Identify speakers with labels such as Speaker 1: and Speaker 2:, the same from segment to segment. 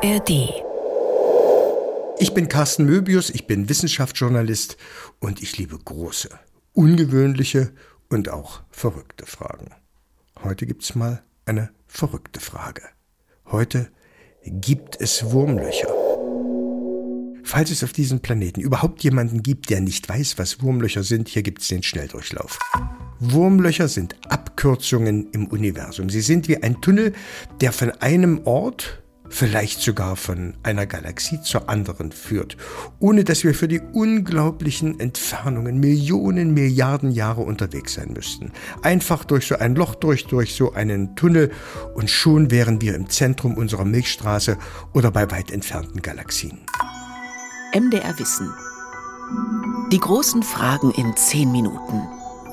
Speaker 1: ARD.
Speaker 2: Ich bin Carsten Möbius, ich bin Wissenschaftsjournalist und ich liebe große, ungewöhnliche und auch verrückte Fragen. Heute gibt's mal eine verrückte Frage. Heute gibt es Wurmlöcher. Falls es auf diesem Planeten überhaupt jemanden gibt, der nicht weiß, was Wurmlöcher sind, hier gibt's den Schnelldurchlauf. Wurmlöcher sind Abkürzungen im Universum. Sie sind wie ein Tunnel, der von einem Ort, vielleicht sogar von einer Galaxie zur anderen führt, ohne dass wir für die unglaublichen Entfernungen Millionen, Milliarden Jahre unterwegs sein müssten. Einfach durch so ein Loch durch so einen Tunnel und schon wären wir im Zentrum unserer Milchstraße oder bei weit entfernten Galaxien.
Speaker 1: MDR Wissen. Die großen Fragen in 10 Minuten.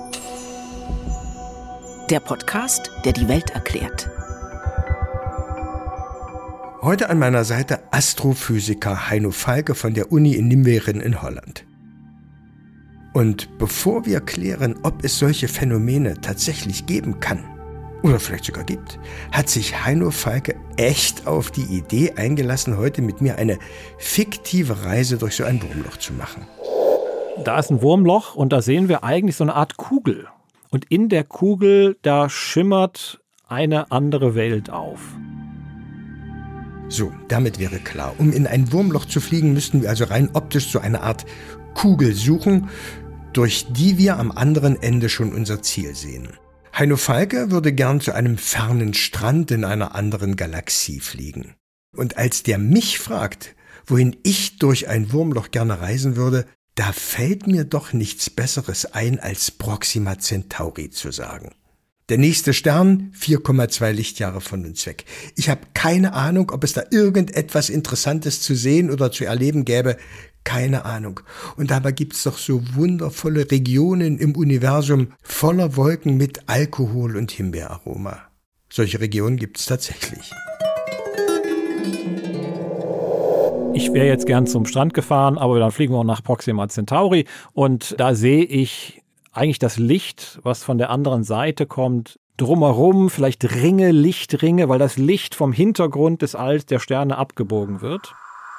Speaker 1: Der Podcast, der die Welt erklärt.
Speaker 2: Heute an meiner Seite Astrophysiker Heino Falke von der Uni in Nijmegen in Holland. Und bevor wir klären, ob es solche Phänomene tatsächlich geben kann oder vielleicht sogar gibt, hat sich Heino Falke echt auf die Idee eingelassen, heute mit mir eine fiktive Reise durch so ein Wurmloch zu machen.
Speaker 3: Da ist ein Wurmloch und da sehen wir eigentlich so eine Art Kugel. Und in der Kugel, da schimmert eine andere Welt auf.
Speaker 2: So, damit wäre klar. Um in ein Wurmloch zu fliegen, müssten wir also rein optisch so eine Art Kugel suchen, durch die wir am anderen Ende schon unser Ziel sehen. Heino Falke würde gern zu einem fernen Strand in einer anderen Galaxie fliegen. Und als der mich fragt, wohin ich durch ein Wurmloch gerne reisen würde, da fällt mir doch nichts Besseres ein, als Proxima Centauri zu sagen. Der nächste Stern, 4,2 Lichtjahre von uns weg. Ich habe keine Ahnung, ob es da irgendetwas Interessantes zu sehen oder zu erleben gäbe. Keine Ahnung. Und dabei gibt's doch so wundervolle Regionen im Universum voller Wolken mit Alkohol und Himbeeraroma. Solche Regionen gibt's tatsächlich.
Speaker 3: Ich wäre jetzt gern zum Strand gefahren, aber dann fliegen wir auch nach Proxima Centauri und da sehe ich eigentlich das Licht, was von der anderen Seite kommt, drumherum, vielleicht Ringe, Lichtringe, weil das Licht vom Hintergrund des Alls der Sterne abgebogen wird.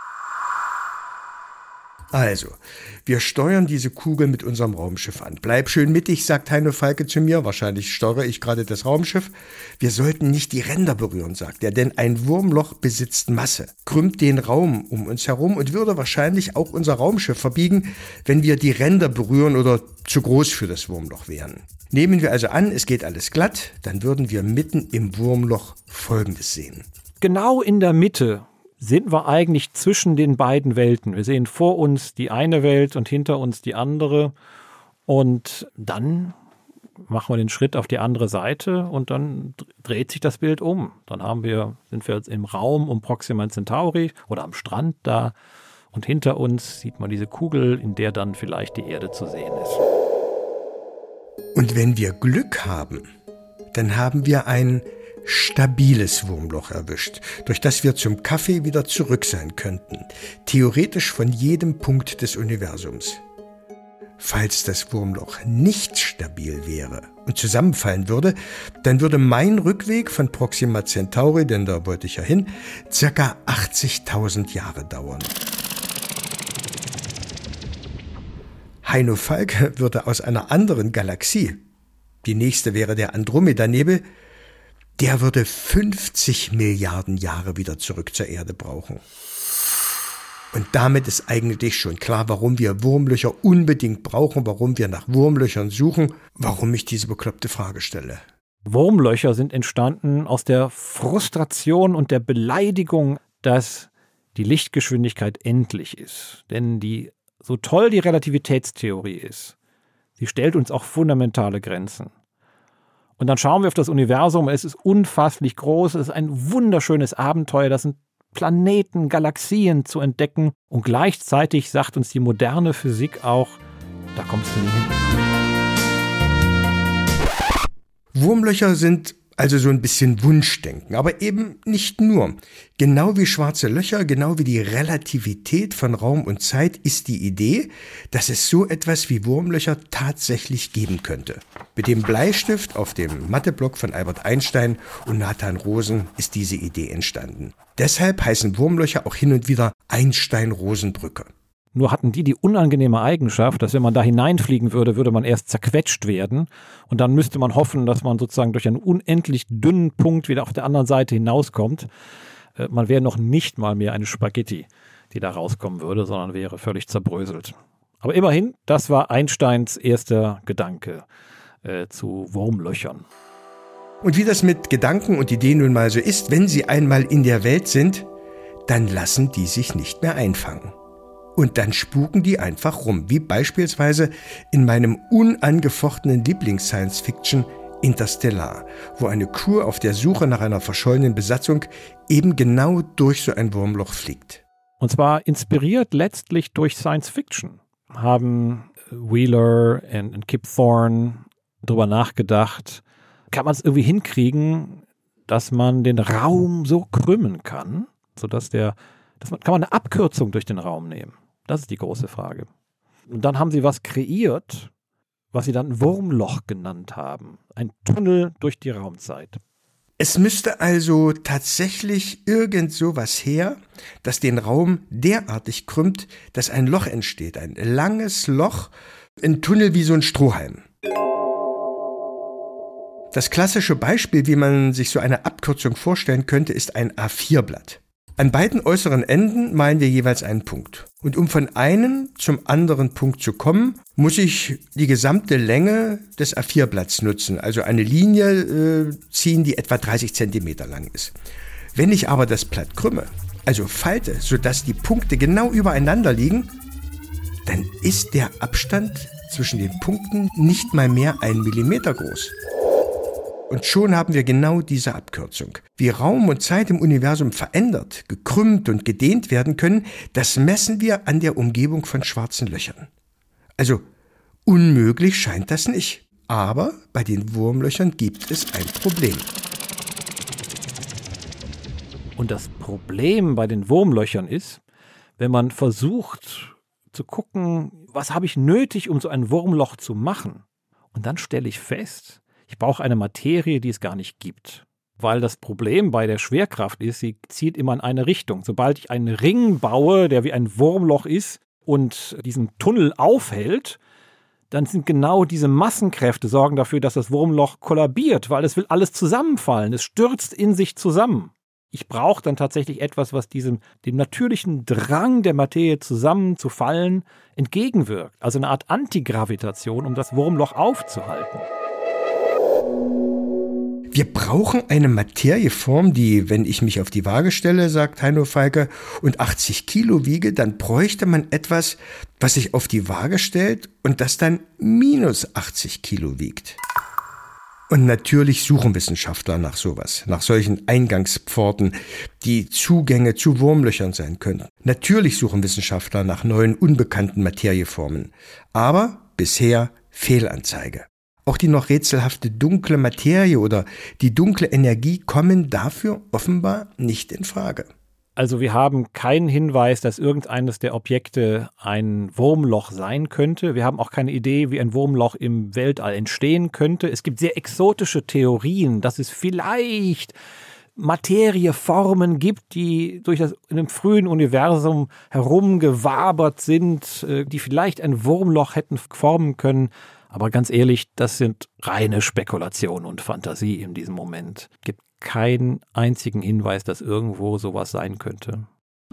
Speaker 2: Also, wir steuern diese Kugel mit unserem Raumschiff an. Bleib schön mittig, sagt Heino Falke zu mir. Wahrscheinlich steuere ich gerade das Raumschiff. Wir sollten nicht die Ränder berühren, sagt er, denn ein Wurmloch besitzt Masse, krümmt den Raum um uns herum und würde wahrscheinlich auch unser Raumschiff verbiegen, wenn wir die Ränder berühren oder zu groß für das Wurmloch wären. Nehmen wir also an, es geht alles glatt, dann würden wir mitten im Wurmloch Folgendes sehen.
Speaker 3: Genau in der Mitte sind wir eigentlich zwischen den beiden Welten. Wir sehen vor uns die eine Welt und hinter uns die andere. Und dann machen wir den Schritt auf die andere Seite und dann dreht sich das Bild um. Dann sind wir jetzt im Raum um Proxima Centauri oder am Strand da. Und hinter uns sieht man diese Kugel, in der dann vielleicht die Erde zu sehen ist.
Speaker 2: Und wenn wir Glück haben, dann haben wir ein stabiles Wurmloch erwischt, durch das wir zum Kaffee wieder zurück sein könnten, theoretisch von jedem Punkt des Universums. Falls das Wurmloch nicht stabil wäre und zusammenfallen würde, dann würde mein Rückweg von Proxima Centauri, denn da wollte ich ja hin, ca. 80.000 Jahre dauern. Heino Falke würde aus einer anderen Galaxie, die nächste wäre der Andromeda-Nebel, der würde 50 Milliarden Jahre wieder zurück zur Erde brauchen. Und damit ist eigentlich schon klar, warum wir Wurmlöcher unbedingt brauchen, warum wir nach Wurmlöchern suchen, warum ich diese bekloppte Frage stelle.
Speaker 3: Wurmlöcher sind entstanden aus der Frustration und der Beleidigung, dass die Lichtgeschwindigkeit endlich ist. Denn so toll die Relativitätstheorie ist, sie stellt uns auch fundamentale Grenzen. Und dann schauen wir auf das Universum, es ist unfasslich groß, es ist ein wunderschönes Abenteuer, das sind Planeten, Galaxien zu entdecken. Und gleichzeitig sagt uns die moderne Physik auch, da kommst du nie hin.
Speaker 2: Wurmlöcher sind Also so ein bisschen Wunschdenken, aber eben nicht nur. Genau wie schwarze Löcher, genau wie die Relativität von Raum und Zeit ist die Idee, dass es so etwas wie Wurmlöcher tatsächlich geben könnte. Mit dem Bleistift auf dem Matheblock von Albert Einstein und Nathan Rosen ist diese Idee entstanden. Deshalb heißen Wurmlöcher auch hin und wieder Einstein-Rosen-Brücke.
Speaker 3: Nur hatten die unangenehme Eigenschaft, dass wenn man da hineinfliegen würde, würde man erst zerquetscht werden und dann müsste man hoffen, dass man sozusagen durch einen unendlich dünnen Punkt wieder auf der anderen Seite hinauskommt. Man wäre noch nicht mal mehr eine Spaghetti, die da rauskommen würde, sondern wäre völlig zerbröselt. Aber immerhin, das war Einsteins erster Gedanke zu Wurmlöchern.
Speaker 2: Und wie das mit Gedanken und Ideen nun mal so ist, wenn sie einmal in der Welt sind, dann lassen die sich nicht mehr einfangen. Und dann spuken die einfach rum, wie beispielsweise in meinem unangefochtenen Lieblings-Science-Fiction Interstellar, wo eine Crew auf der Suche nach einer verschollenen Besatzung eben genau durch so ein Wurmloch fliegt.
Speaker 3: Und zwar inspiriert letztlich durch Science-Fiction. Haben Wheeler und Kip Thorne darüber nachgedacht, kann man es irgendwie hinkriegen, dass man den Raum so krümmen kann, sodass kann man eine Abkürzung durch den Raum nehmen? Das ist die große Frage. Und dann haben sie was kreiert, was sie dann Wurmloch genannt haben. Ein Tunnel durch die Raumzeit.
Speaker 2: Es müsste also tatsächlich irgend sowas her, das den Raum derartig krümmt, dass ein Loch entsteht. Ein langes Loch, ein Tunnel wie so ein Strohhalm. Das klassische Beispiel, wie man sich so eine Abkürzung vorstellen könnte, ist ein A4-Blatt. An beiden äußeren Enden malen wir jeweils einen Punkt. Und um von einem zum anderen Punkt zu kommen, muss ich die gesamte Länge des A4-Blatts nutzen, also eine Linie ziehen, die etwa 30 Zentimeter lang ist. Wenn ich aber das Blatt krümme, also falte, sodass die Punkte genau übereinander liegen, dann ist der Abstand zwischen den Punkten nicht mal mehr 1 Millimeter groß. Und schon haben wir genau diese Abkürzung. Wie Raum und Zeit im Universum verändert, gekrümmt und gedehnt werden können, das messen wir an der Umgebung von schwarzen Löchern. Also unmöglich scheint das nicht. Aber bei den Wurmlöchern gibt es ein Problem.
Speaker 3: Und das Problem bei den Wurmlöchern ist, wenn man versucht zu gucken, was habe ich nötig, um so ein Wurmloch zu machen? Und dann stelle ich fest, ich brauche eine Materie, die es gar nicht gibt. Weil das Problem bei der Schwerkraft ist, sie zieht immer in eine Richtung. Sobald ich einen Ring baue, der wie ein Wurmloch ist und diesen Tunnel aufhält, dann sind genau diese Massenkräfte sorgen dafür, dass das Wurmloch kollabiert, weil es will alles zusammenfallen. Es stürzt in sich zusammen. Ich brauche dann tatsächlich etwas, was dem natürlichen Drang der Materie zusammenzufallen entgegenwirkt. Also eine Art Antigravitation, um das Wurmloch aufzuhalten.
Speaker 2: Wir brauchen eine Materieform, die, wenn ich mich auf die Waage stelle, sagt Heino Falke, und 80 Kilo wiege, dann bräuchte man etwas, was sich auf die Waage stellt und das dann minus 80 Kilo wiegt. Und natürlich suchen Wissenschaftler nach sowas, nach solchen Eingangspforten, die Zugänge zu Wurmlöchern sein können. Natürlich suchen Wissenschaftler nach neuen, unbekannten Materieformen. Aber bisher Fehlanzeige. Auch die noch rätselhafte dunkle Materie oder die dunkle Energie kommen dafür offenbar nicht in Frage.
Speaker 3: Also wir haben keinen Hinweis, dass irgendeines der Objekte ein Wurmloch sein könnte. Wir haben auch keine Idee, wie ein Wurmloch im Weltall entstehen könnte. Es gibt sehr exotische Theorien, dass es vielleicht Materieformen gibt, die durch das in dem frühen Universum herumgewabert sind, die vielleicht ein Wurmloch hätten formen können. Aber ganz ehrlich, das sind reine Spekulation und Fantasie in diesem Moment. Es gibt keinen einzigen Hinweis, dass irgendwo sowas sein könnte.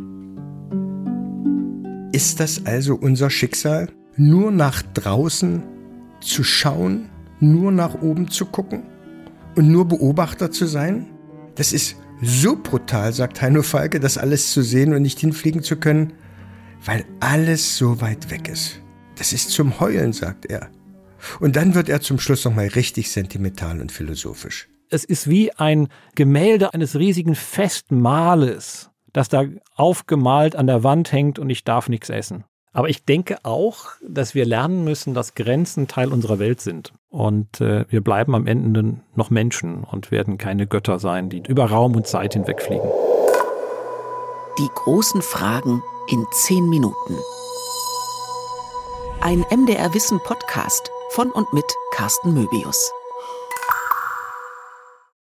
Speaker 2: Ist das also unser Schicksal? Nur nach draußen zu schauen, nur nach oben zu gucken und nur Beobachter zu sein? Das ist so brutal, sagt Heino Falke, das alles zu sehen und nicht hinfliegen zu können, weil alles so weit weg ist. Das ist zum Heulen, sagt er. Und dann wird er zum Schluss nochmal richtig sentimental und philosophisch.
Speaker 3: Es ist wie ein Gemälde eines riesigen Festmahles, das da aufgemalt an der Wand hängt und ich darf nichts essen. Aber ich denke auch, dass wir lernen müssen, dass Grenzen Teil unserer Welt sind. Und wir bleiben am Ende noch Menschen und werden keine Götter sein, die über Raum und Zeit hinwegfliegen.
Speaker 1: Die großen Fragen in 10 Minuten. Ein MDR Wissen Podcast von und mit Carsten Möbius.